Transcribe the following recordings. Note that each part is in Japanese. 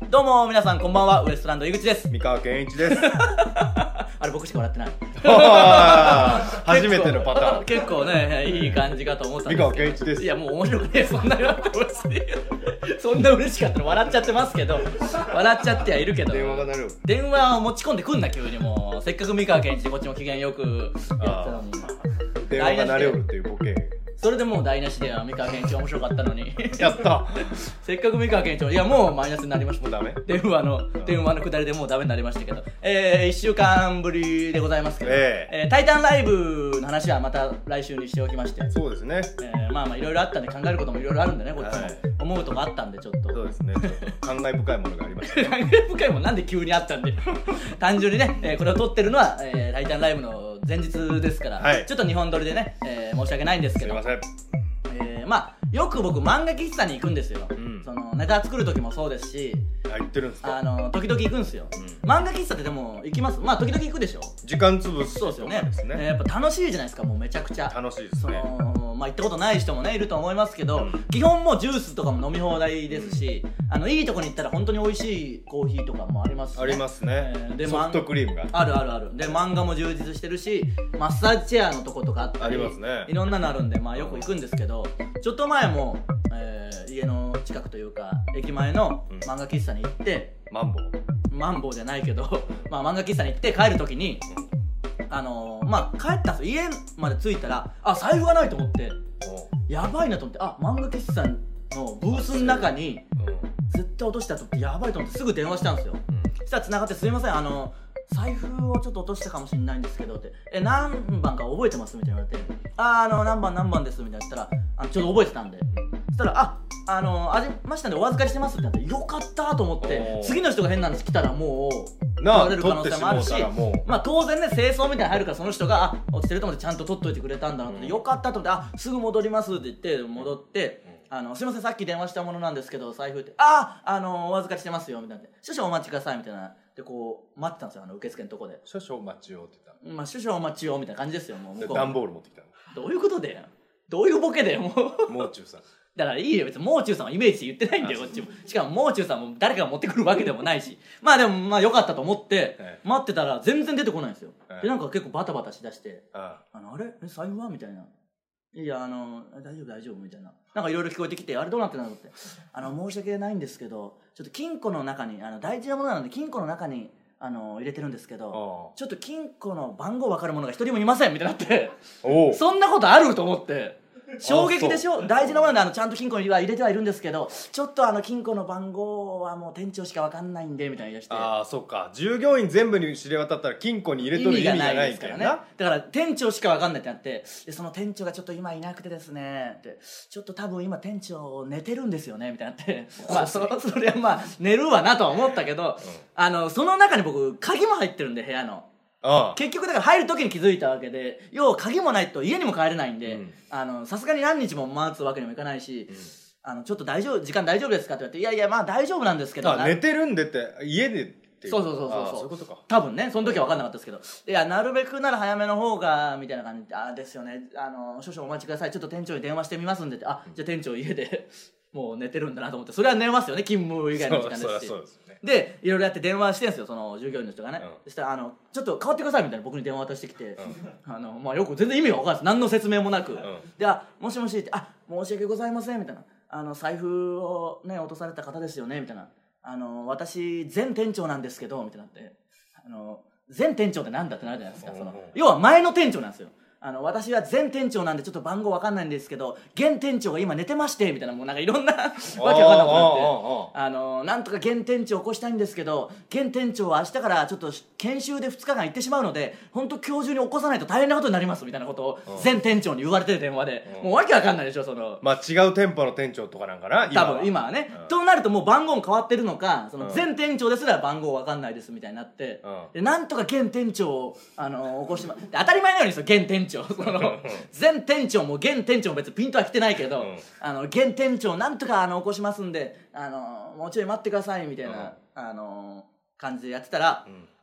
どうも皆さんこんばんは、ウエストランド井口です。 三河健一です。 あれ僕しか笑ってない。 初めてのパターン。 結構ね、いい感じかと思ったんですけど。 三河健一です。 いやもう面白くね、そんなそんな嬉しかったら笑っちゃってますけど、笑っちゃってはいるけど、 電話が鳴る。 電話を持ち込んでくんな急に。もうせっかく三河健一でこっちも機嫌よくやったのに、 電話が鳴れよるっていうボケ。 それでもう台無しでは三河健一面白かったのにやったせっかく三河健一、いやもうマイナスになりました。 もうダメ。 電話の下りでもうダメになりましたけど、1週間ぶりでございますけど、タイタンライブの話はまた来週にしておきまして、 そうですね。 まあいろいろあったんで、考えることもいろいろあるんでね、こっちも、思うとこあったんで、ちょっとそうですね、ちょっと感慨深いものがありましたね。 感慨深いもんなんで急にあったんで単純にね、これを撮ってるのは、タイタンライブの前日ですから、ちょっと日本撮りでね、申し訳ないんですけど、 すいません。 よく僕漫画喫茶に行くんですよ、そのネタ作る時もそうですし、 行ってるんですか。 時々行くんですよ、漫画喫茶って。でも行きます。まあ時々行くでしょ。 時間潰す。 そうですよね。やっぱ楽しいじゃないですか。もうめちゃくちゃ楽しいですね。 行ったことない人もねいると思いますけど、基本もうジュースとかも飲み放題ですし、いいとこに行ったら本当に美味しいコーヒーとかもありますしね。 ありますね。 でソフトクリームがある。で漫画も充実してるし、マッサージチェアのとことかあったりありますね。 いろんなのあるんで、よく行くんですけど、ちょっと前も、家の近くというか駅前の漫画喫茶に行って、マンボウじゃないけど漫画喫茶に行って帰る時に、帰ったんですよ。家まで着いたら財布がないと思って、やばいなと思って、漫画喫茶のブースの中に絶対落としたと思って、やばいと思ってすぐ電話したんですよ。そしたら繋がって、すいません、財布をちょっと落としたかもしれないんですけどって、何番か覚えてますみたいな言われて、何番ですみたいな言ったら、ちょうど覚えてたんで、そしたらありましたんでお預かりしてますってなって、よかったと思って、次の人が変なの来たらもう取られる可能性もあるし、当然ね、清掃みたいに入るから、その人が落ちてると思ってちゃんと取っといてくれたんだなって、よかったと思って、すぐ戻りますって言って戻って、すいません、さっき電話したものなんですけど財布って、お預かりしてますよみたいな、少々お待ちくださいみたいなで、こう待ってたんですよ、受付のとこで。 少々お待ちをって言った。 少々お待ちをみたいな感じですよ。もう向こう段ボール持ってきた。 どういうことで、どういうボケで、もう中さんだからいいよ、別にもう中さんはイメージで言ってないんだよ、こっちも。しかももう中さんも誰かが持ってくるわけでもないし、でも良かったと思って待ってたら全然出てこないんですよ。でなんか結構バタバタしだして、あれ財布はみたいな、いや大丈夫みたいな、なんかいろいろ聞こえてきて、あれどうなってんだろうって、申し訳ないんですけど、ちょっと金庫の中に大事なものなので金庫の中に入れてるんですけど、ちょっと金庫の番号分かる者が一人もいませんみたいになって、そんなことあると思って、衝撃でしょ。大事なものでちゃんと金庫には入れてはいるんですけど、ちょっと金庫の番号はもう店長しか分かんないんでみたいな言い出して、 そっか、従業員全部に知れ渡ったら金庫に入れとる意味がないからね。だから店長しか分かんないってなって、でその店長がちょっと今いなくてですねって、ちょっと多分今店長寝てるんですよねみたいになって、それは寝るわなとは思ったけど、その中に僕鍵も入ってるんで、部屋の。結局だから入る時に気づいたわけで、要は鍵もないと家にも帰れないんで、さすがに何日も待つわけにもいかないし、ちょっと時間大丈夫ですかって言われて、いや大丈夫なんですけど、 寝てるんでって家でっていう。 そうそういうことか。 多分ね、その時は分かんなかったですけど、いやなるべくなら早めの方がみたいな感じで、ですよね、少々お待ちください、ちょっと店長に電話してみますんでって、じゃあ店長家でもう寝てるんだなと思って、それは寝ますよね、勤務以外の時間ですし。でいろいろやって電話してるんですよ、その従業員の人がね。そしたらちょっと変わってくださいみたいな僕に電話渡してきて、よく全然意味が分からないです、何の説明もなく。でもしもしって、申し訳ございませんみたいな、財布をね落とされた方ですよねみたいな、私前店長なんですけどみたいになって、前店長ってなんだってなるじゃないですか。要は前の店長なんですよ。私は前店長なんでちょっと番号わかんないんですけど、現店長が今寝てましてみたいな、もうなんかいろんなわけわかんなくなって、なんとか現店長起こしたいんですけど、現店長は明日からちょっと研修で2日間行ってしまうので、本当今日中に起こさないと大変なことになりますみたいなことを前店長に言われてる電話で、もうわけわかんないでしょ。 違う店舗の店長とかなんかな、 多分今はね、となるともう番号も変わってるのか、前店長ですら番号わかんないですみたいになって、でなんとか現店長を起こして当たり前のようにですよ、現店長前店長も現店長も別にピントは来てないけど、現店長なんとか起こしますんで、もうちょい待ってくださいみたいな感じでやってたら、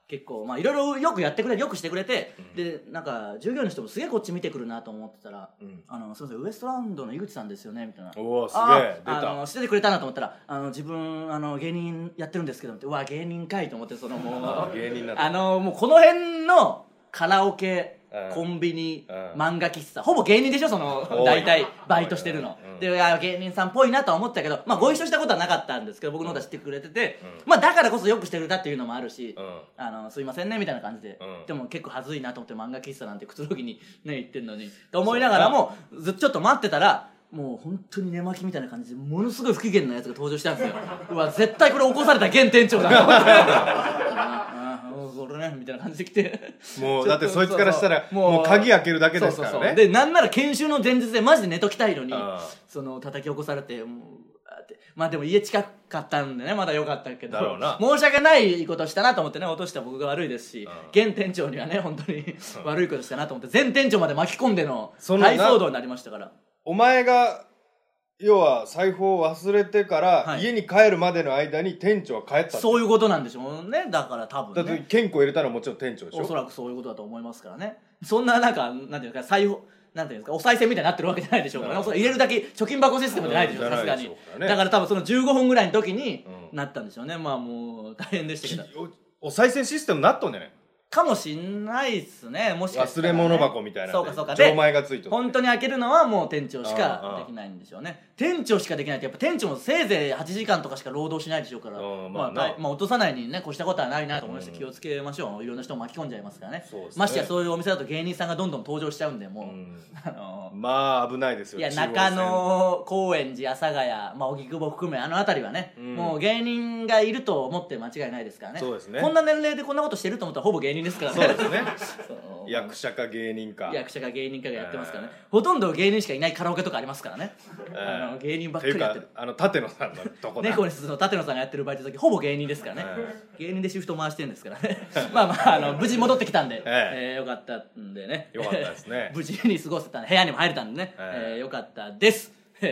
結構いろいろよくやってくれよくしてくれて、でなんか従業員の人もすげえこっち見てくるなと思ってたら、すいませんウエストランドの井口さんですよねみたいな、 おおすげえ出たしててくれたなと思ったら自分芸人やってるんですけどって、うわ芸人かいと思って、そのもう芸人なんだもうこの辺のカラオケコンビニ漫画喫茶ほぼ芸人でしょ、その大体バイトしてるので、芸人さんっぽいなとは思ったけど、ご一緒したことはなかったんですけど、僕のことは知ってくれてて、だからこそよくしてくれたっていうのもあるし、すいませんねみたいな感じで、でも結構恥ずいなと思って、漫画喫茶なんてくつろぎにね言ってんのにと思いながらもちょっと待ってたら、もう本当に寝巻きみたいな感じでものすごい不機嫌なやつが登場したんですよ。うわ絶対これ起こされた現店長だと思ってこれねみたいな感じで来て、 もうだってそいつからしたらもう鍵開けるだけですからね。 でなんなら研修の前日でマジで寝ときたいのにその叩き起こされて、もうでも家近かったんでねまだ良かったけど、申し訳ないことしたなと思ってね、落とした僕が悪いですし、現店長にはね本当に悪いことしたなと思って、前店長まで巻き込んでの大騒動になりましたから。 お前が要は財布を忘れてから家に帰るまでの間に店長は帰った、 そういうことなんでしょうね。だから多分ね、 だって金庫入れたのはもちろん店長でしょ。 おそらくそういうことだと思いますからね。そんななんていうんですか、財布なんていうんですか、お賽銭みたいになってるわけじゃないでしょうからね。入れるだけ貯金箱システムじゃないでしょう、さすがに。だから多分その15分ぐらいの時になったんでしょうね。もう大変でしたけど、 お賽銭システムなっとんじゃないかもしんないっすね。もしかしたら、 忘れ物箱みたいな、 そうかそうか、 錠前がついてる。 本当に開けるのはもう店長しかできないんでしょうね。店長しかできないって、やっぱ店長もせいぜい8時間とかしか労働しないでしょうから、落とさないにね越したことはないなと思いまして、気をつけましょう。いろんな人を巻き込んじゃいますからね。ましてやそういうお店だと芸人さんがどんどん登場しちゃうんで、もうまあ危ないですよ。 いや中野、高円寺、阿佐ヶ谷、荻窪含め辺りはね、もう芸人がいると思って間違いないですからね。 そうですね。 こんな年齢でこんなことしてると思ったらほぼ芸人ですからね。 そうですね。役者か芸人かがやってますからね。ほとんど芸人しかいないカラオケとかありますからね。芸人ばっかりやってる。 舘野さんのとこだ。 猫にすの舘野さんがやってるバイト先ほぼ芸人ですからね。芸人でシフト回してるんですからね。無事戻ってきたんでよかったんでね。 よかったですね。 無事に過ごせたんで、部屋にも入れたんでね、よかったです。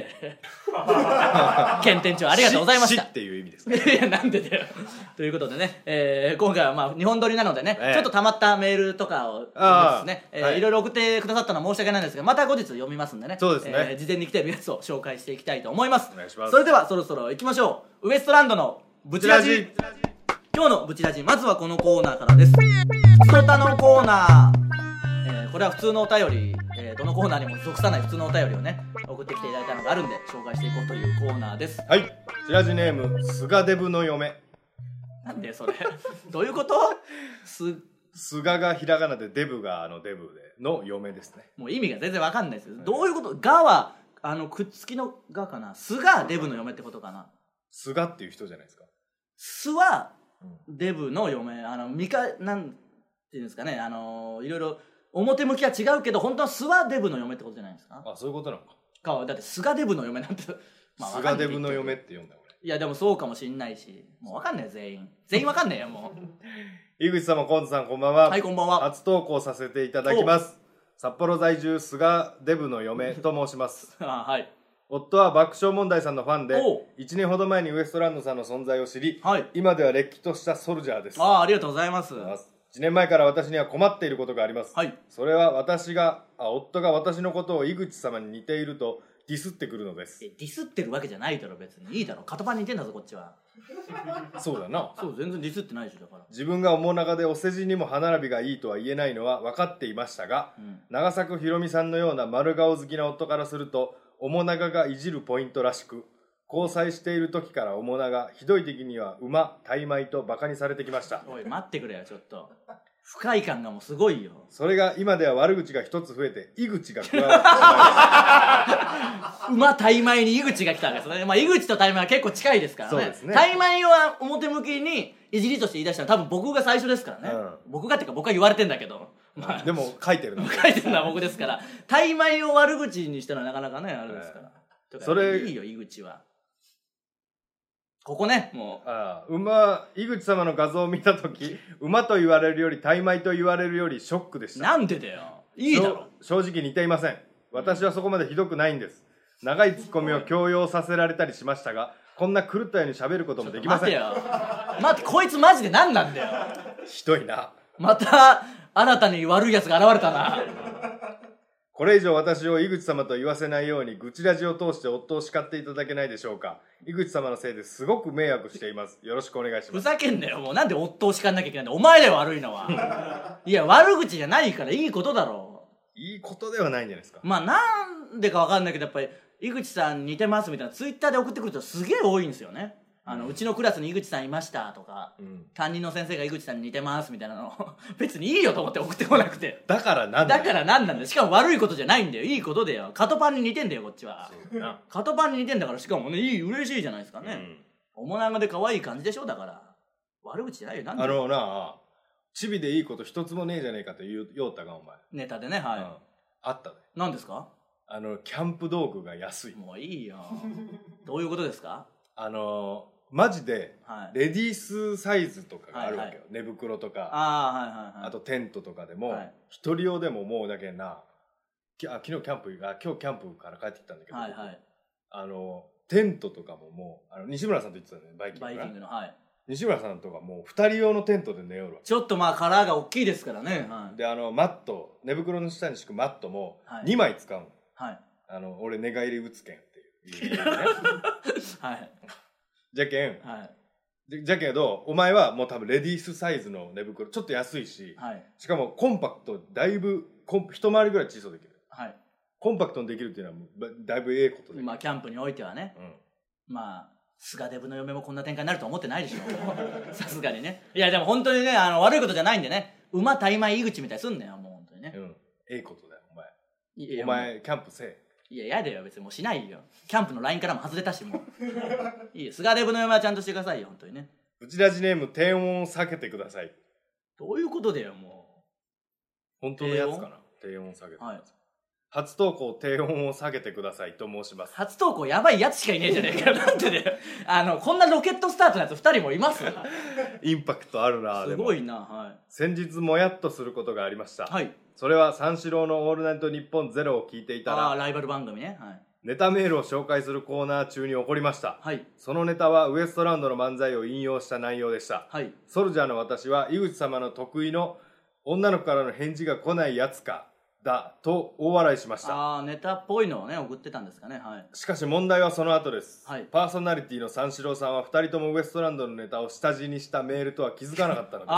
県店長ありがとうございました。 っていう意味ですか。 いやなんでだよ。ということでね、今回は2本撮りなのでね、ちょっとたまったメールとかをですね、いろいろ送ってくださったのは申し訳ないんですが、また後日読みますんでね。 そうですね。 事前に来てるやつを紹介していきたいと思います。 お願いします。 それではそろそろ行きましょう。ウエストランドのブチラジ。今日のブチラジ、まずはこのコーナーからです。ふつおたのコーナー。これは普通のお便り、どのコーナーにも属さない普通のお便りをね送ってきていただいたのがあるんで紹介していこうというコーナーです。 はい。ブチラジネーム菅デブの嫁。 なんでそれどういうこと？ 菅がひらがなでデブがデブでの嫁ですね。 もう意味が全然わかんないですよ。どういうこと？がはくっつきのがかな。菅がデブの嫁ってことかな。 菅っていう人じゃないですか。 すはデブの嫁。なんていうんですかね、いろいろ表向きは違うけど本当はスワデブの嫁ってことじゃないですか。 あ、そういうことなのか。 だってスガデブの嫁なんてスガデブの嫁って呼んだ俺。 いやでもそうかもしんないし、もう分かんないよ全員分かんないよもう。 井口様、コンズさん、こんばんは。 はい、こんばんは。 初投稿させていただきます。札幌在住スガデブの嫁と申します。 はい。 夫は爆笑問題さんのファンで1年ほど前にウエストランドさんの存在を知り、今ではれっきとしたソルジャーです。 ありがとうございます。 1年前から私には困っていることがあります。それは夫が私のことを井口様に似ているとディスってくるのです。 ディスってるわけじゃないだろ別に。いいだろ、片番に似てんだぞこっちは。 そうだな。 そう、全然ディスってないでしょ。だから自分が面長でお世辞にも歯並びがいいとは言えないのは分かっていましたが、長作ひろみさんのような丸顔好きな夫からすると面長がいじるポイントらしく、交際している時から面長、ひどい時には馬、タイ米とバカにされてきました。 おい待ってくれよちょっと。不快感がもうすごいよ。 それが今では悪口が一つ増えて井口が加わってしまい馬タイ米に井口が来たわけですね。井口とタイ米は結構近いですからね。 そうですね。 タイ米は表向きにいじりとして言い出したのは多分僕が最初ですからね。僕がっていうか僕は言われてんだけど、 でも書いてるのは僕ですから。タイ米を悪口にしたのはなかなかねあれですから。それいいよ井口は。ここね、もう井口様の画像を見たとき、馬と言われるよりタイ米と言われるよりショックでした。 なんでだよ。いいだろ。 正直似ていません。私はそこまでひどくないんです。長いツッコミを強要させられたりしましたが、こんな狂ったように喋ることもできません。 待ってよ。待って、こいつマジで何なんだよ。 ひどいな。 また新たに悪いやつが現れたな。 これ以上私を井口様と言わせないように愚痴ラジを通して夫を叱っていただけないでしょうか。井口様のせいですごく迷惑しています。よろしくお願いします。 ふざけんなよ。もうなんで夫を叱んなきゃいけないんだ。お前だよ悪いのは。いや悪口じゃないからいいことだろう。いいことではないんじゃないですか。 まあなんでかわかんないけどやっぱり井口さん似てますみたいなツイッターで送ってくる人すげえ多いんですよね。うちのクラスに井口さんいましたとか、担任の先生が井口さんに似てますみたいなの別にいいよと思って送ってこなくて。 だからなんなんだ。しかも悪いことじゃないんだよ。いいことでよ。カトパンに似てんだよこっちは。カトパンに似てんだからしかもね嬉しいじゃないですかね。おもながで可愛い感じでしょ。だから悪口じゃないよ。なんでチビでいいこと一つもねえじゃねえかと言うたがお前ネタでね。はい、 あったね。 何ですか。 キャンプ道具が安い。 もういいよ。どういうことですか。 マジでレディースサイズとかがあるわけよ、寝袋とかあとテントとかでも一人用でももうだけな昨日キャンプから帰ってきたんだけど、テントとかももう西村さんと言ってたね。バイキングの西村さんとかもう2人用のテントで寝よるわ。 ちょっとまあカラーが大きいですからね。 でマット寝袋の下に敷くマットも2枚使うの。俺寝返り打つけんっていうじゃけどお前はもう多分レディースサイズの寝袋ちょっと安いし、しかもコンパクトだいぶ一回りぐらい小さくできる、コンパクトにできるっていうのはだいぶええことで、 まあキャンプにおいてはね、まあ菅デブの嫁もこんな展開になると思ってないでしょさすがにね。いやでも本当にね悪いことじゃないんでね。馬大枚井口みたいにすんなよもう本当にね。 ええことだよお前キャンプせえ。 いや、嫌だよ、別にもうしないよ。キャンプの LINE からも外れたし、もう。いいよ、菅デブの嫁はちゃんとしてくださいよ、本当にね。 ブチラジネーム、低音を避けてください。 どういうことだよ、もう。 本当のやつかな。低音を下げてください。初投稿、低音を下げてくださいと申します。 初投稿、やばいやつしかいねえじゃねえかよ。なんでだよ。こんなロケットスタートのやつ2人もいますインパクトあるな。 すごいな。 先日、もやっとすることがありました。それは三四郎のオールナイトニッポンゼロを聞いていたら、 ライバル番組ね。 ネタメールを紹介するコーナー中に起こりました。そのネタはウエストランドの漫才を引用した内容でした。ソルジャーの私は井口様の得意の女の子からの返事が来ないやつかだと大笑いしました。 ネタっぽいのをね送ってたんですかね。 しかし問題はその後です。パーソナリティの三四郎さんは2人ともウエストランドのネタを下地にしたメールとは気づかなかったのです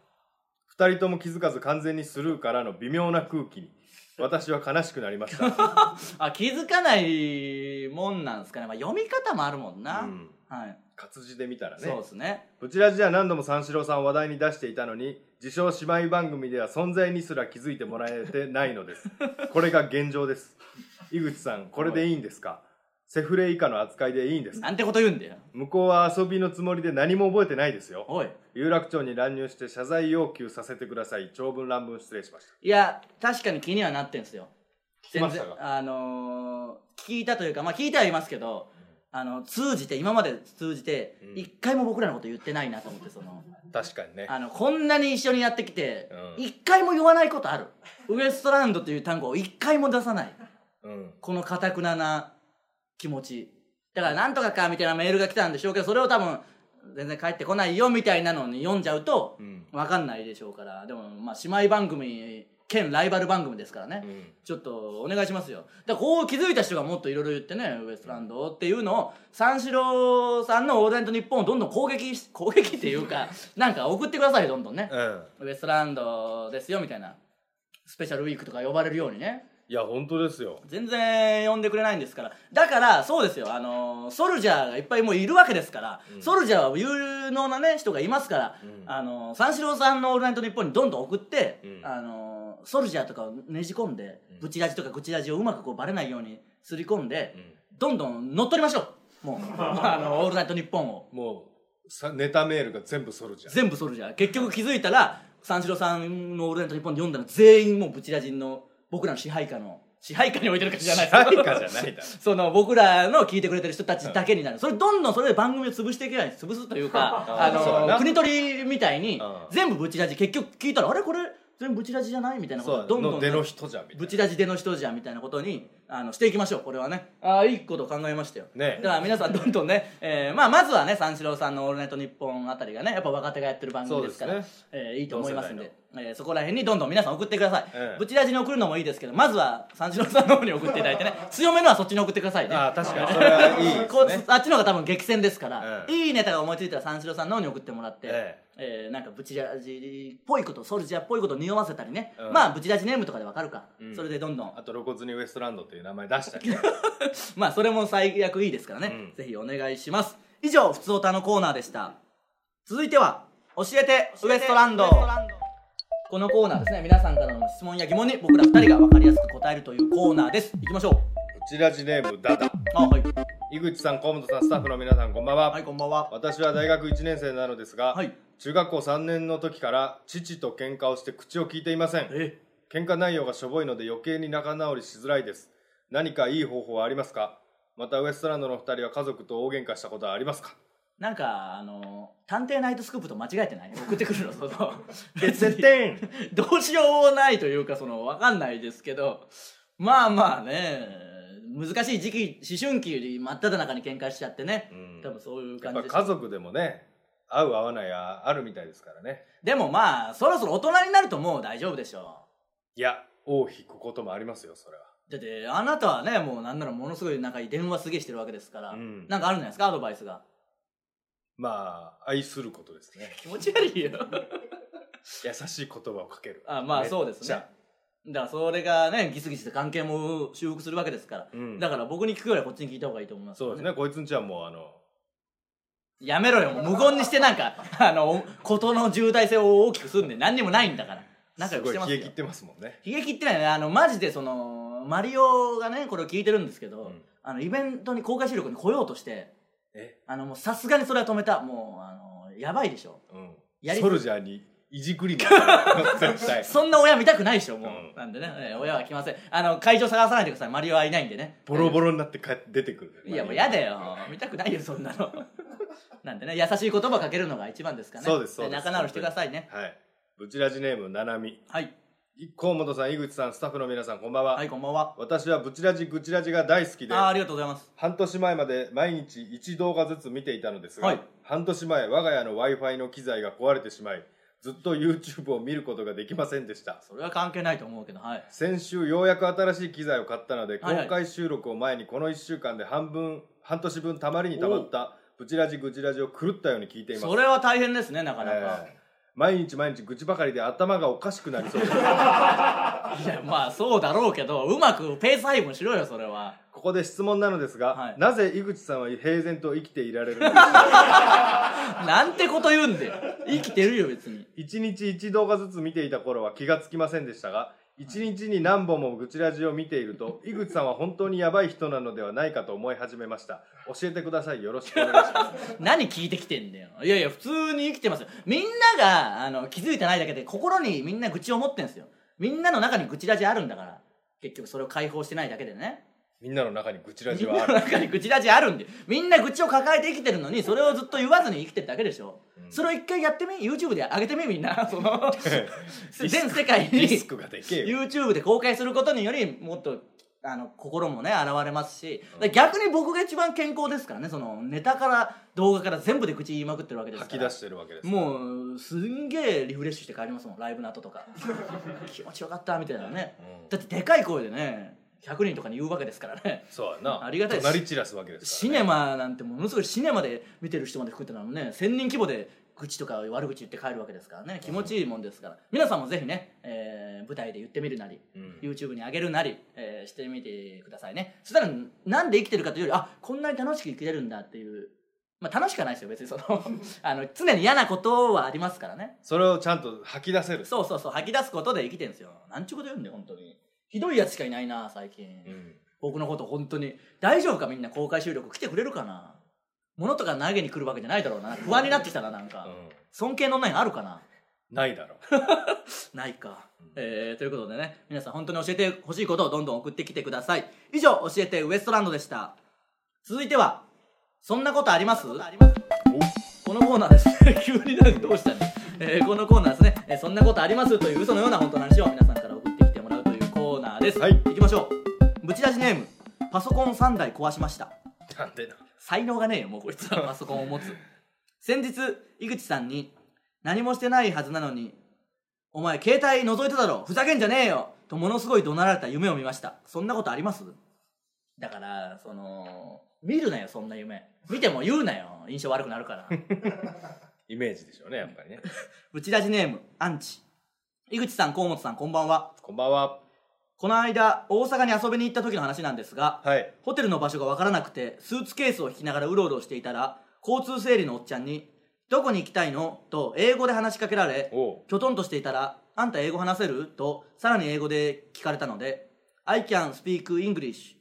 。2人とも気づかず完全にスルーからの微妙な空気に私は悲しくなりました気づかないもんなんですかね。読み方もあるもんな。 活字で見たらね。 そうですね。 ブチラジでは何度も三四郎さんを話題に出していたのに自称姉妹番組では存在にすら気づいてもらえてないのです。これが現状です。井口さんこれでいいんですか。セフレ以下の扱いでいいんですか。 なんてこと言うんだよ。 向こうは遊びのつもりで何も覚えてないですよ。 おい、 有楽町に乱入して謝罪要求させてください。長文乱文失礼しました。 いや確かに気にはなってんすよ。 聞きましたか。 聞いたというか聞いてはいますけど、今まで通じて一回も僕らのこと言ってないなと思って。 確かにね。 こんなに一緒にやってきて一回も言わないことある。ウエストランドという単語を一回も出さない、この堅くなな気持ちだからなんとかかみたいなメールが来たんでしょうけど、それを多分全然返ってこないよみたいなのに読んじゃうと分かんないでしょうから。でも姉妹番組兼ライバル番組ですからね、ちょっとお願いしますよ。だからこう気づいた人がもっといろいろ言ってね、ウエストランドっていうのを三四郎さんのオールナイトニッポンをどんどん攻撃っていうかなんか送ってくださいどんどんね、ウエストランドですよみたいなスペシャルウィークとか呼ばれるようにね。 いや本当ですよ。 全然呼んでくれないんですから。だからそうですよ、ソルジャーがいっぱいもういるわけですから、ソルジャーは有能なね人がいますから、三四郎さんのオールナイトニッポンにどんどん送って、ソルジャーとかをねじ込んで、ブチラジとかグチラジをうまくこうバレないようにすり込んで、どんどん乗っ取りましょう。もうオールナイトニッポンをもうネタメールが全部ソルジャー。 全部ソルジャー。結局気づいたら三四郎さんのオールナイトニッポンで読んだの全員もうブチラジの僕らの支配下に置いてるかじゃないですか。 支配下じゃないだろ僕らの聞いてくれてる人たちだけになる。それどんどんそれで番組を潰していけない。潰すというか国取りみたいに全部ブチラジ、結局聞いたらあれこれ全部ブチラジじゃないみたいなことどんどん出の人じゃんみたいな、 ブチラジ出の人じゃんみたいなことにしていきましょう。これはねいいことを考えましたよ、 ね、 だから皆さんどんどんね、まずはね三四郎さんの「オールナイトニッポン」あたりがねやっぱ若手がやってる番組ですから、ねいいと思いますんで、そこら辺にどんどん皆さん送ってください、ブチラジに送るのもいいですけど、まずは三四郎さんの方に送っていただいてね、強めのはそっちに送ってくださいね。 確かにそれはいいですね。 あっちの方が多分激戦ですから、いいネタが思いついたら三四郎さんの方に送ってもらって、なんかブチラジっぽいことソルジャーっぽいことを匂わせたりね、まあブチラジネームとかでわかるか、それでどんどんあと露骨にウエストランドっていう名前出したりまあそれも最悪いいですからね、ぜひお願いします。以上ふつおたのコーナーでした。続いては教えてウエストランド。このコーナーですね、皆さんからの質問や疑問に僕ら2人が分かりやすく答えるというコーナーです。いきましょう。 ブチラジネームダダ。 はい。 井口さん、河本さん、スタッフの皆さん、こんばんは。 はい、こんばんは。 私は大学1年生なのですが、中学校3年の時から父と喧嘩をして口を聞いていません。喧嘩内容がしょぼいので余計に仲直りしづらいです。何かいい方法はありますか？またウエストランドの2人は家族と大喧嘩したことはありますか？ なんか探偵ナイトスクープと間違えてない？送ってくるの別にどうしようもないというか分かんないですけど、まあね、難しい時期、思春期より真っ只中に喧嘩しちゃってね、多分そういう感じです。 やっぱ家族でもね、合う合わないはあるみたいですからね。 でもまあそろそろ大人になるともう大丈夫でしょう。いや、尾を引くこともありますよ、それは。 だってあなたはね、もうなんならものすごい仲いい電話すげえしてるわけですから、なんかあるんじゃないですか、アドバイスが。 まあ愛することですね。 気持ち悪いよ優しい言葉をかける。 まあそうですね。だからそれがねギスギスで関係も修復するわけですから、だから僕に聞くよりはこっちに聞いた方がいいと思います、 そうですね。こいつんちはもうやめろよ、もう無言にしてなんか事の重大性を大きくするんで何にもないんだから。仲良くしてますよ。 すごい冷え切ってますもんね。 冷え切ってないね。マジでマリオがねこれを聞いてるんですけど、イベントに公開収録に来ようとして、もうさすがにそれは止めた。もうやばいでしょ、 ソルジャーにいじくります絶対そんな親見たくないでしょもう、なんでね、親は来ません。会場探さないでください。マリオはいないんでね。 ボロボロになって出てくる。 いやもうやだよ、見たくないよそんなのなんでね、優しい言葉かけるのが一番ですかね。 そうですそうです。 仲直りしてくださいね。 はい。ブチラジネームななみ。 はい。 河本さん、井口さん、スタッフの皆さん、こんばんは。 はい、こんばんは。 私はブチラジグチラジが大好きで、 ありがとうございます。 半年前まで毎日1動画ずつ見ていたのですが、半年前我が家の Wi-Fi の機材が壊れてしまい、ずっと YouTube を見ることができませんでした。 それは関係ないと思うけど、 先週ようやく新しい機材を買ったので、公開収録を前にこの1週間で半年分たまりにたまったブチラジグチラジを狂ったように聞いています。 それは大変ですね、なかなか。 毎日愚痴ばかりで頭がおかしくなりそうですいやまあそうだろうけど、うまくペース配分しろよ。それはここで質問なのですが、なぜ井口さんは平然と生きていられるのですかなんてこと言うんで。生きてるよ別に。 1日1動画ずつ見ていた頃は気がつきませんでしたが、1日に何本もグチラジを見ていると、井口さんは本当にヤバい人なのではないかと思い始めました。教えてください。よろしくお願いします何聞いてきてんだよ。いやいや普通に生きてますよ。みんなが気づいてないだけで心にみんな愚痴を持ってんすよ。みんなの中にグチラジあるんだから、結局それを解放してないだけでね。 みんなの中に愚痴ラジはある。 みんなの中に愚痴ラジあるんで、みんな愚痴を抱えて生きてるのに、それをずっと言わずに生きてるだけでしょ、それを一回やってみ、 YouTube で上げてみ、みんな全世界にリスクがでけえよ。 YouTube で公開することによりもっと心もね現れますし、逆に僕が一番健康ですからね。ネタから動画から全部で口言いまくってるわけですから、 吐き出してるわけです、 もうすんげえリフレッシュして帰りますもん、ライブの後とか気持ちよかったみたいなね、だってでかい声でね100人とかに言うわけですからね。 そうやな。 ありがたいです。 隣散らすわけですから、 ね、シネマなんてものすごいシネマで見てる人まで含めてなのね、1000人規模で愚痴とか悪口言って帰るわけですからね。気持ちいいもんですから、皆さんもぜひね、舞台で言ってみるなり、YouTube に上げるなり、してみてくださいね。そしたらなんで生きてるかというより、こんなに楽しく生きれるんだっていう、楽しくはないですよ別に常に嫌なことはありますからね。 それをちゃんと吐き出せる。 そう吐き出すことで生きてるんですよ。なんちゅうこと言うんだよ本当に。ひどいやつしかいないな最近、僕のこと本当に大丈夫か。みんな公開収録来てくれるかな。物とか投げに来るわけじゃないだろうな。不安になってきたな。なんか、尊敬のないあるかな。 ないだろうないか、ということでね、皆さん本当に教えてほしいことをどんどん送ってきてください。以上、教えてウエストランドでした。続いてはそんなことあります？このコーナーですね急になんかどうしたね、このコーナーですね、そんなことありますという嘘のような本当の話を皆さんから送ってきてもらうというコーナーです。いきましょう。 ブチラジネームパソコン3台壊しました。 なんでな。 才能がねえよもうこいつはパソコンを持つ。先日井口さんに何もしてないはずなのにお前携帯覗いてたろふざけんじゃねえよとものすごい怒鳴られた夢を見ました。そんなことあります？だから見るなよ、そんな夢見ても言うなよ、印象悪くなるからイメージでしょうね、やっぱりね。 ブチラジネームアンチ。井口さん、河本さん、こんばんは。 こんばんは。 この間大阪に遊びに行った時の話なんですが、 はい、 ホテルの場所が分からなくてスーツケースを引きながらうろうろしていたら、交通整理のおっちゃんにどこに行きたいのと英語で話しかけられ、きょとんとしていたら、あんた英語話せるとさらに英語で聞かれたので、 I can't speak English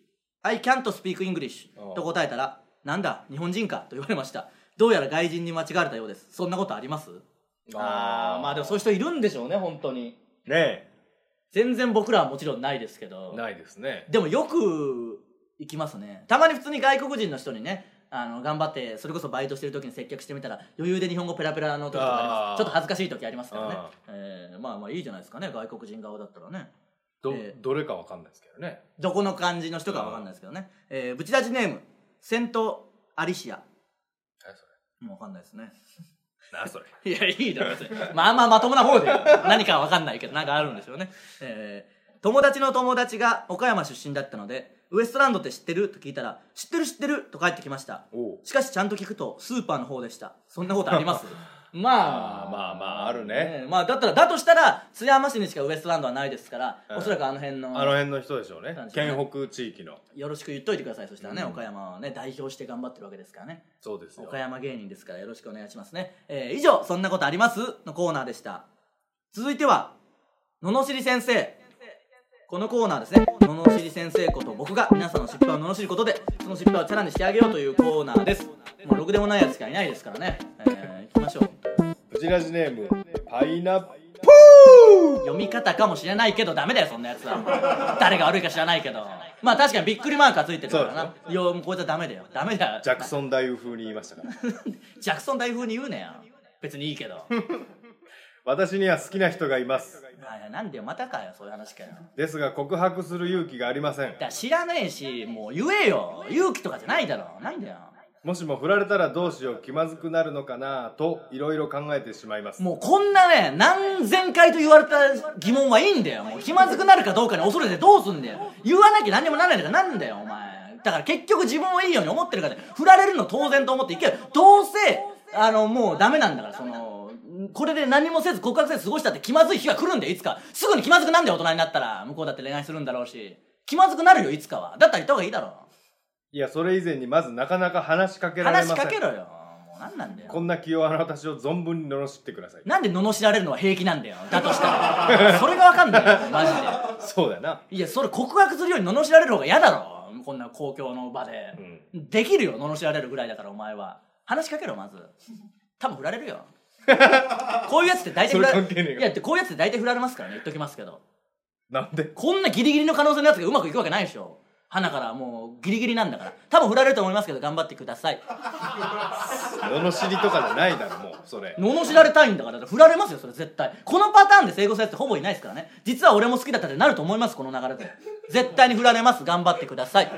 と答えたら、なんだ日本人かと言われました。どうやら外人に間違われたようです。そんなことあります？まあでもそういう人いるんでしょうね、本当にね。 全然僕らはもちろんないですけど。 ないですね。 でもよく行きますね。たまに普通に外国人の人にね、頑張ってそれこそバイトしてる時に接客してみたら余裕で日本語ペラペラの時とかあります。ちょっと恥ずかしい時ありますからね。まあいいじゃないですかね、外国人側だったらね。 どれかわかんないですけどね、 どこの感じの人かわかんないですけどね。ブチラジネームセントアリシア。 何それ。 もうわかんないですね。 何それ。 いや、いいだろ別に。まともな方で何かはわかんないけどなんかあるんでしょうね。友達の友達が岡山出身だったので、ウエストランドって知ってると聞いたら、知ってると返ってきました。しかしちゃんと聞くとスーパーの方でした。そんなことあります？まああるね。 だとしたら津山市にしかウエストランドはないですから、おそらくあの辺の人でしょうね。県北地域の。 よろしく言っといてください。そしたらね、岡山はね代表して頑張ってるわけですからね。 そうですよ。 岡山芸人ですからよろしくお願いしますね。以上、そんなことありますのコーナーでした。続いては罵り先生。このコーナーですね、罵り先生こと僕が皆さんの失敗を罵ることで、その失敗をチャラにしてあげようというコーナーです。もうろくでもないやつしかいないですからね。行きましょう。 ブチラジネームパイナップー。 読み方かもしれないけどダメだよ、そんなやつは。誰が悪いか知らないけど、まあ確かにびっくりマークがついてるからな。いや、もうこいつはダメだよ。ジャクソン大夫風に言いましたからジャクソン大風に言うねや。別にいいけど私には好きな人がいます。 なんでよ、またかよ、そういう話かよ。 ですが告白する勇気がありません。 知らねえし、もう言えよ。勇気とかじゃないだろ。なんだよ。 もしも振られたらどうしよう、気まずくなるのかなといろいろ考えてしまいます。 もうこんなね、何千回と言われた疑問はいいんだよ。もう気まずくなるかどうかに恐れてどうすんだよ。言わなきゃ何にもならないんだからなんだよお前。だから結局自分をいいように思ってるからで、振られるの当然と思っていけよ。どうせもうダメなんだから、これで何もせず告白せず過ごしたって気まずい日が来るんだよ、いつか。すぐに気まずくなんだよ、大人になったら。向こうだって恋愛するんだろうし。気まずくなるよ、いつかは。だったら言った方がいいだろ。 いや、それ以前にまずなかなか話しかけられません。 話しかけろよ。もう何なんだよ。 こんな気弱な私を存分に罵ってください。 なんで罵られるのは平気なんだよ。だとしたらそれがわかんないよ、マジで。 そうだよな。 いや、それ告白するように罵られる方が嫌だろ。こんな公共の場で、できるよ、罵られるぐらいだから。お前は話しかけろ、まず。多分振られるよこういうやつって大体振られる。いや、こういうやつって大体振られますからね、言っときますけど。 なんでこんなギリギリの可能性のやつがうまくいくわけないでしょ。花からもうギリギリなんだから。多分振られると思いますけど頑張ってください。 罵りとかじゃないだろ、もうそれ。 罵られたいんだから、振られますよ、それ絶対。このパターンで成功するやつってほぼいないですからね。実は俺も好きだったってなると思います、この流れで。絶対に振られます。頑張ってください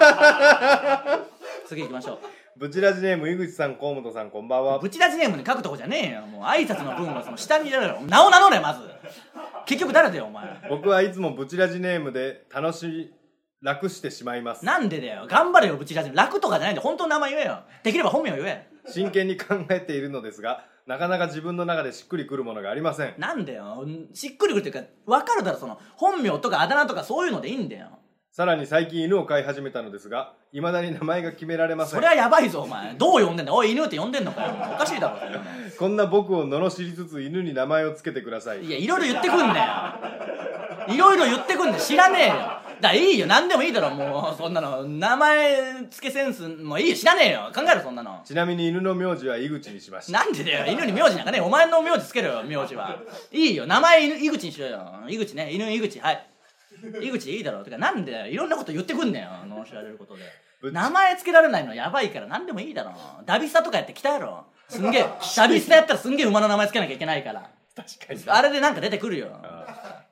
次行きましょう。 ブチラジネーム井口さん、河本さん、こんばんは。 ブチラジネームに書くとこじゃねえよ。もう挨拶の分はその下に入れろよ。名を名乗れ、まず。結局誰だよ、お前。 僕はいつもブチラジネームで楽してしまいます。 なんでだよ。頑張れよ、ブチラジ。楽とかじゃないんで本当の名前言えよ。できれば本名言え。 真剣に考えているのですが、なかなか自分の中でしっくりくるものがありません。 なんでよ。しっくりくるっていうか、分かるだろ、本名とかあだ名とかそういうのでいいんだよ。 さらに最近犬を飼い始めたのですが、未だに名前が決められません。 それはやばいぞ、お前。どう呼んでんだ。おい、犬って呼んでんのかよ。おかしいだろ。 こんな僕を罵りつつ犬に名前をつけてください。 いや、いろいろ言ってくんだよ。いろいろ言ってくんだよ。知らねえよ。だからいいよ、何でもいいだろ。もうそんなの名前付けセンスもいいよ。知らねえよ。考えろ、そんなの。 ちなみに犬の名字は井口にしました。 なんでだよ。犬に名字なんかね。お前の名字つけろよ、名字は。いいよ、名前井口にしろよ。井口ね。犬井口。はい、井口でいいだろ。てかなんでいろんなこと言ってくんねよ、罵られることで。名前つけられないのやばいから何でもいいだろ。ダビスタとかやってきたやろ。すんげえダビスタやったらすんげえ馬の名前つけなきゃいけないから。 確かにあれでなんか出てくるよ。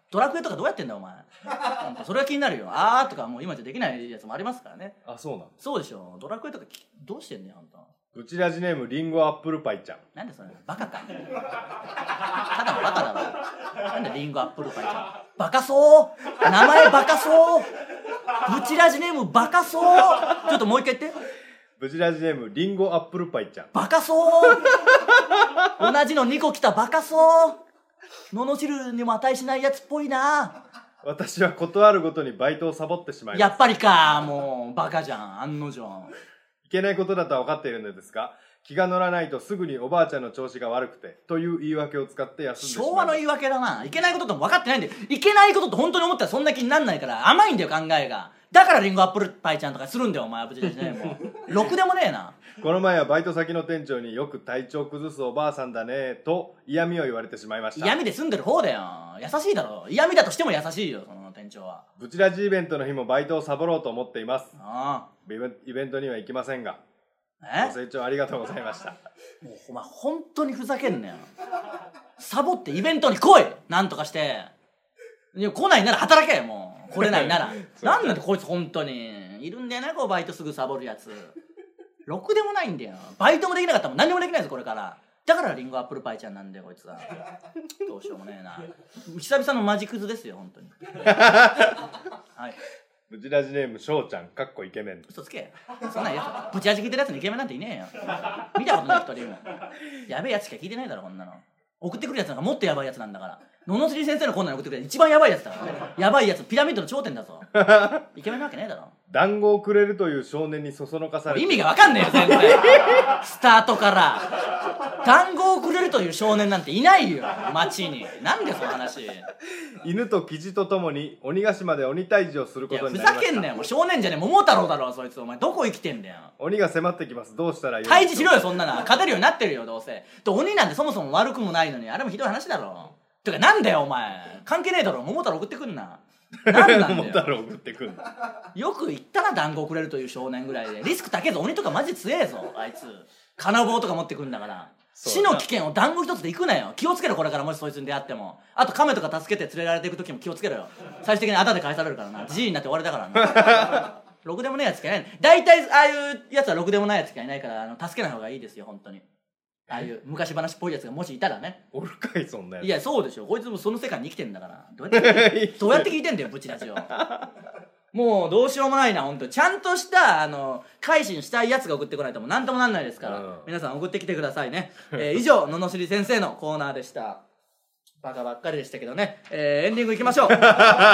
ドラクエとかどうやってんだお前それは気になるよ。あーとかもう今じゃできないやつもありますからね。 あ、そうなの。 そうでしょ。ドラクエとかどうしてんねんあんた。 ブチラジネームリンゴアップルパイちゃん。 なんでそれバカかただのバカだろ。なんでリンゴアップルパイちゃんバカそう名前バカそうブチラジネームバカそうちょっともう一回言って。 ブチラジネームリンゴアップルパイちゃん。 バカそう同じの2個来たバカそう罵るにも値しないやつっぽいな。 私はことあるごとにバイトをサボってしまいます。 やっぱりか。もうバカじゃん案の定。 いけないことだとは分かっているのですが、気が乗らないとすぐにおばあちゃんの調子が悪くてという言い訳を使って休んでしまいます。 昭和の言い訳だな。いけないこととも分かってないんで、いけないことって本当に思ったらそんな気になんないから甘いんだよ考えが。だからリンゴアップルパイちゃんとかするんだよお前。ブチラジねもうろくでもねえな。 この前はバイト先の店長によく体調崩すおばあさんだねと嫌味を言われてしまいました。 嫌味で住んでる方だよ。優しいだろ。嫌味だとしても優しいよその店長は。 ブチラジイベントの日もバイトをサボろうと思っています。 ああイベントには行きませんが、ご清聴ありがとうございました。 もうお前本当にふざけんなよ。サボってイベントに来いなんとかして。いや来ないなら働け。もう来れないならなんなんでこいつ本当にいるんだよなこうバイトすぐサボるやつ。ろくでもないんだよ。バイトもできなかったらもう何もできないぞこれから。だからリンゴアップルパイちゃんなんだよこいつは。どうしようもねえな。久々のマジクズですよ本当にはい。 ブチラジネームしょうちゃんかっこイケメン。 嘘つけ。そんなんやつブチラジ聞いてるやつにイケメンなんていねえよ。見たことない一人も。やべえやつしか聞いてないだろこんなの。送ってくるやつなんかもっとやばいやつなんだから。ののしり先生のこんなの送ってくるやつ一番やばいやつだからね。やばいやつピラミッドの頂点だぞイケメンなわけねえだろ。 団子をくれるという少年にそそのかされて意味がわかんねえよ全然スタートから団子をくれるという少年なんていないよ街に。なんでその話。 犬とキジとともに鬼ヶ島で鬼退治をすることになりました。 ふざけんなよもう少年じゃねえ桃太郎だろそいつ。お前どこ生きてんだよ。 鬼が迫ってきます。どうしたらいい。 退治しろよそんなの。勝てるようになってるよどうせ。と鬼なんてそもそも悪くもないのにあれもひどい話だろ。てかなんだよお前関係ねえだろ。桃太郎送ってくんな。なんなんだよ桃太郎送ってくんな。 よく言ったな団子をくれるという少年ぐらいで。リスク高えぞ。鬼とかマジ強えぞあいつ。金棒とか持ってくんだから。死の危険を団子一つで行くなよ。気をつけろこれからもしそいつに出会っても。あと亀とか助けて連れられていく時も気をつけろよ。最終的にあだで返されるからな。じじいになって終わりだからなろくでもねえやつしかいない。大体ああいうやつはろくでもないやつしかいないから助けない方がいいですよ本当に。ああいう昔話っぽいやつがもしいたらね。 おるかいそんなやつ。 いやそうでしょ。こいつもその世界に生きてんだから。どうやって聞いてんだよブチラジオもうどうしようもないな本当に。ちゃんとした改心したいやつが送ってこないともう何ともなんないですから、皆さん送ってきてくださいね以上ののしり先生のコーナーでした。バカばっかりでしたけどね、エンディングいきましょうひどい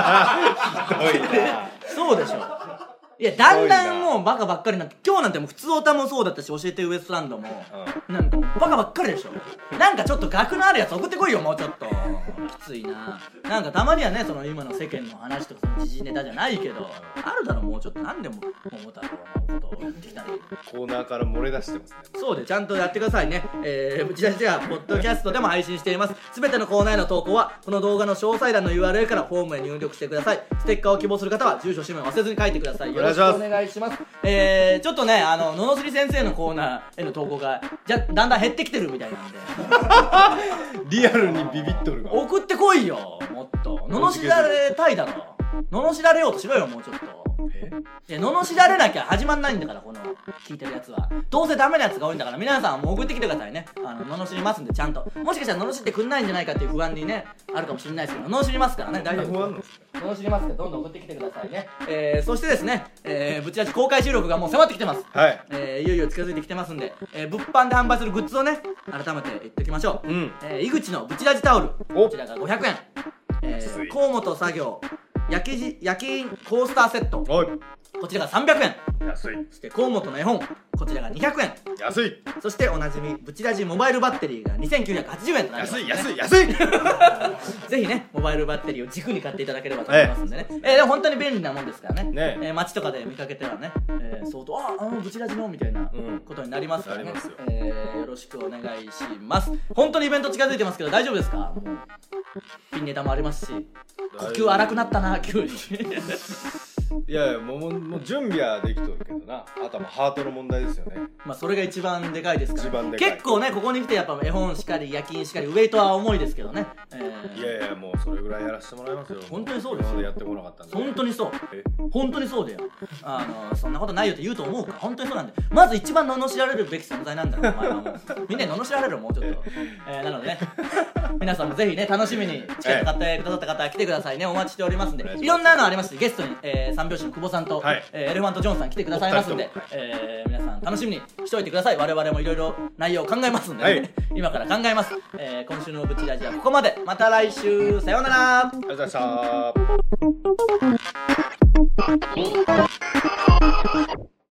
なそうでしょ。いやだんだんもうバカばっかりになって、今日なんてもう普通オタもそうだったし教えてウエストランドも、なんかバカばっかりでしょ。なんかちょっと学のあるやつ送ってこいよもうちょっと。きついな。なんかたまにはねその今の世間の話とかその時事ネタじゃないけどあるだろもうちょっと。なんでも桃太郎のことを言ってきたりコーナーから漏れ出してますね。 そうでちゃんとやってくださいね。ブチラジではポッドキャストでも配信しています。すべてのコーナーへの投稿はこの動画の詳細欄の URL からフォームへ入力してください。ステッカーを希望する方は住所氏名を忘れずに書いてください。よろしくお願いします。ちょっとねののしり先生のコーナーへの投稿がだんだん減ってきてるみたいなんでリアルにビビっとるが送ってこいよもっと。罵られたいだろ。罵られようとしろよもうちょっと。罵られなきゃ始まんないんだからこの聞いてるやつは。どうせダメなやつが多いんだから皆さんもう送ってきてくださいね。罵りますんでちゃんと。もしかしたら罵ってくんないんじゃないかっていう不安にねあるかもしれないですけど罵りますからね大丈夫です。罵りますからどんどん送ってきてくださいね。そしてですね、ブチラジ公開収録がもう迫ってきてます。 はい、 いよいよ近づいてきてますんで、物販で販売するグッズをね改めて言っておきましょう。井口のブチラジタオルこちらが500円、河本作業焼き印コースターセットこちらが300円安い。 そして河本の絵本こちらが200円安い。 そしておなじみブチラジモバイルバッテリーが2980円となります、ね、 安いぜひねモバイルバッテリーを軸に買っていただければと思いますんでね、でも本当に便利なもんですからね、街とかで見かけてはね、相当ブチラジのみたいなことになりますからね、よろしくお願いします。本当にイベント近づいてますけど大丈夫ですか。ピンネタもありますし呼吸荒くなったな急にいやいやもう準備はできとるけどね。 どな。あとはハートの問題ですよね。 まあそれが一番でかいですから、 一番でかい。 結構ねここに来てやっぱ絵本しかり夜勤しかりウエイトは重いですけどね、 いやいやもうそれぐらいやらせてもらいますよ。 本当にそうですよ。 今までやってこなかったんで。 本当にそう。本当にそうだよ。そんなことないよって言うと思うか。本当にそうなんで、まず一番罵られるべき存在なんだよお前は。もうみんなに罵られるもうちょっと、なのでね皆さんもぜひね楽しみにチケット買ってくださった方は来てくださいね。お待ちしておりますんで、いろんなのありますし、ゲストに、三拍子の久保さんと、エレファントジョンさん来てくださいますんで、皆さん楽しみにしておいてください。我々もいろいろ内容を考えますんで、ね今から考えます。今週のブチラジはここまで。また来週、さようなら。 ありがとうございました。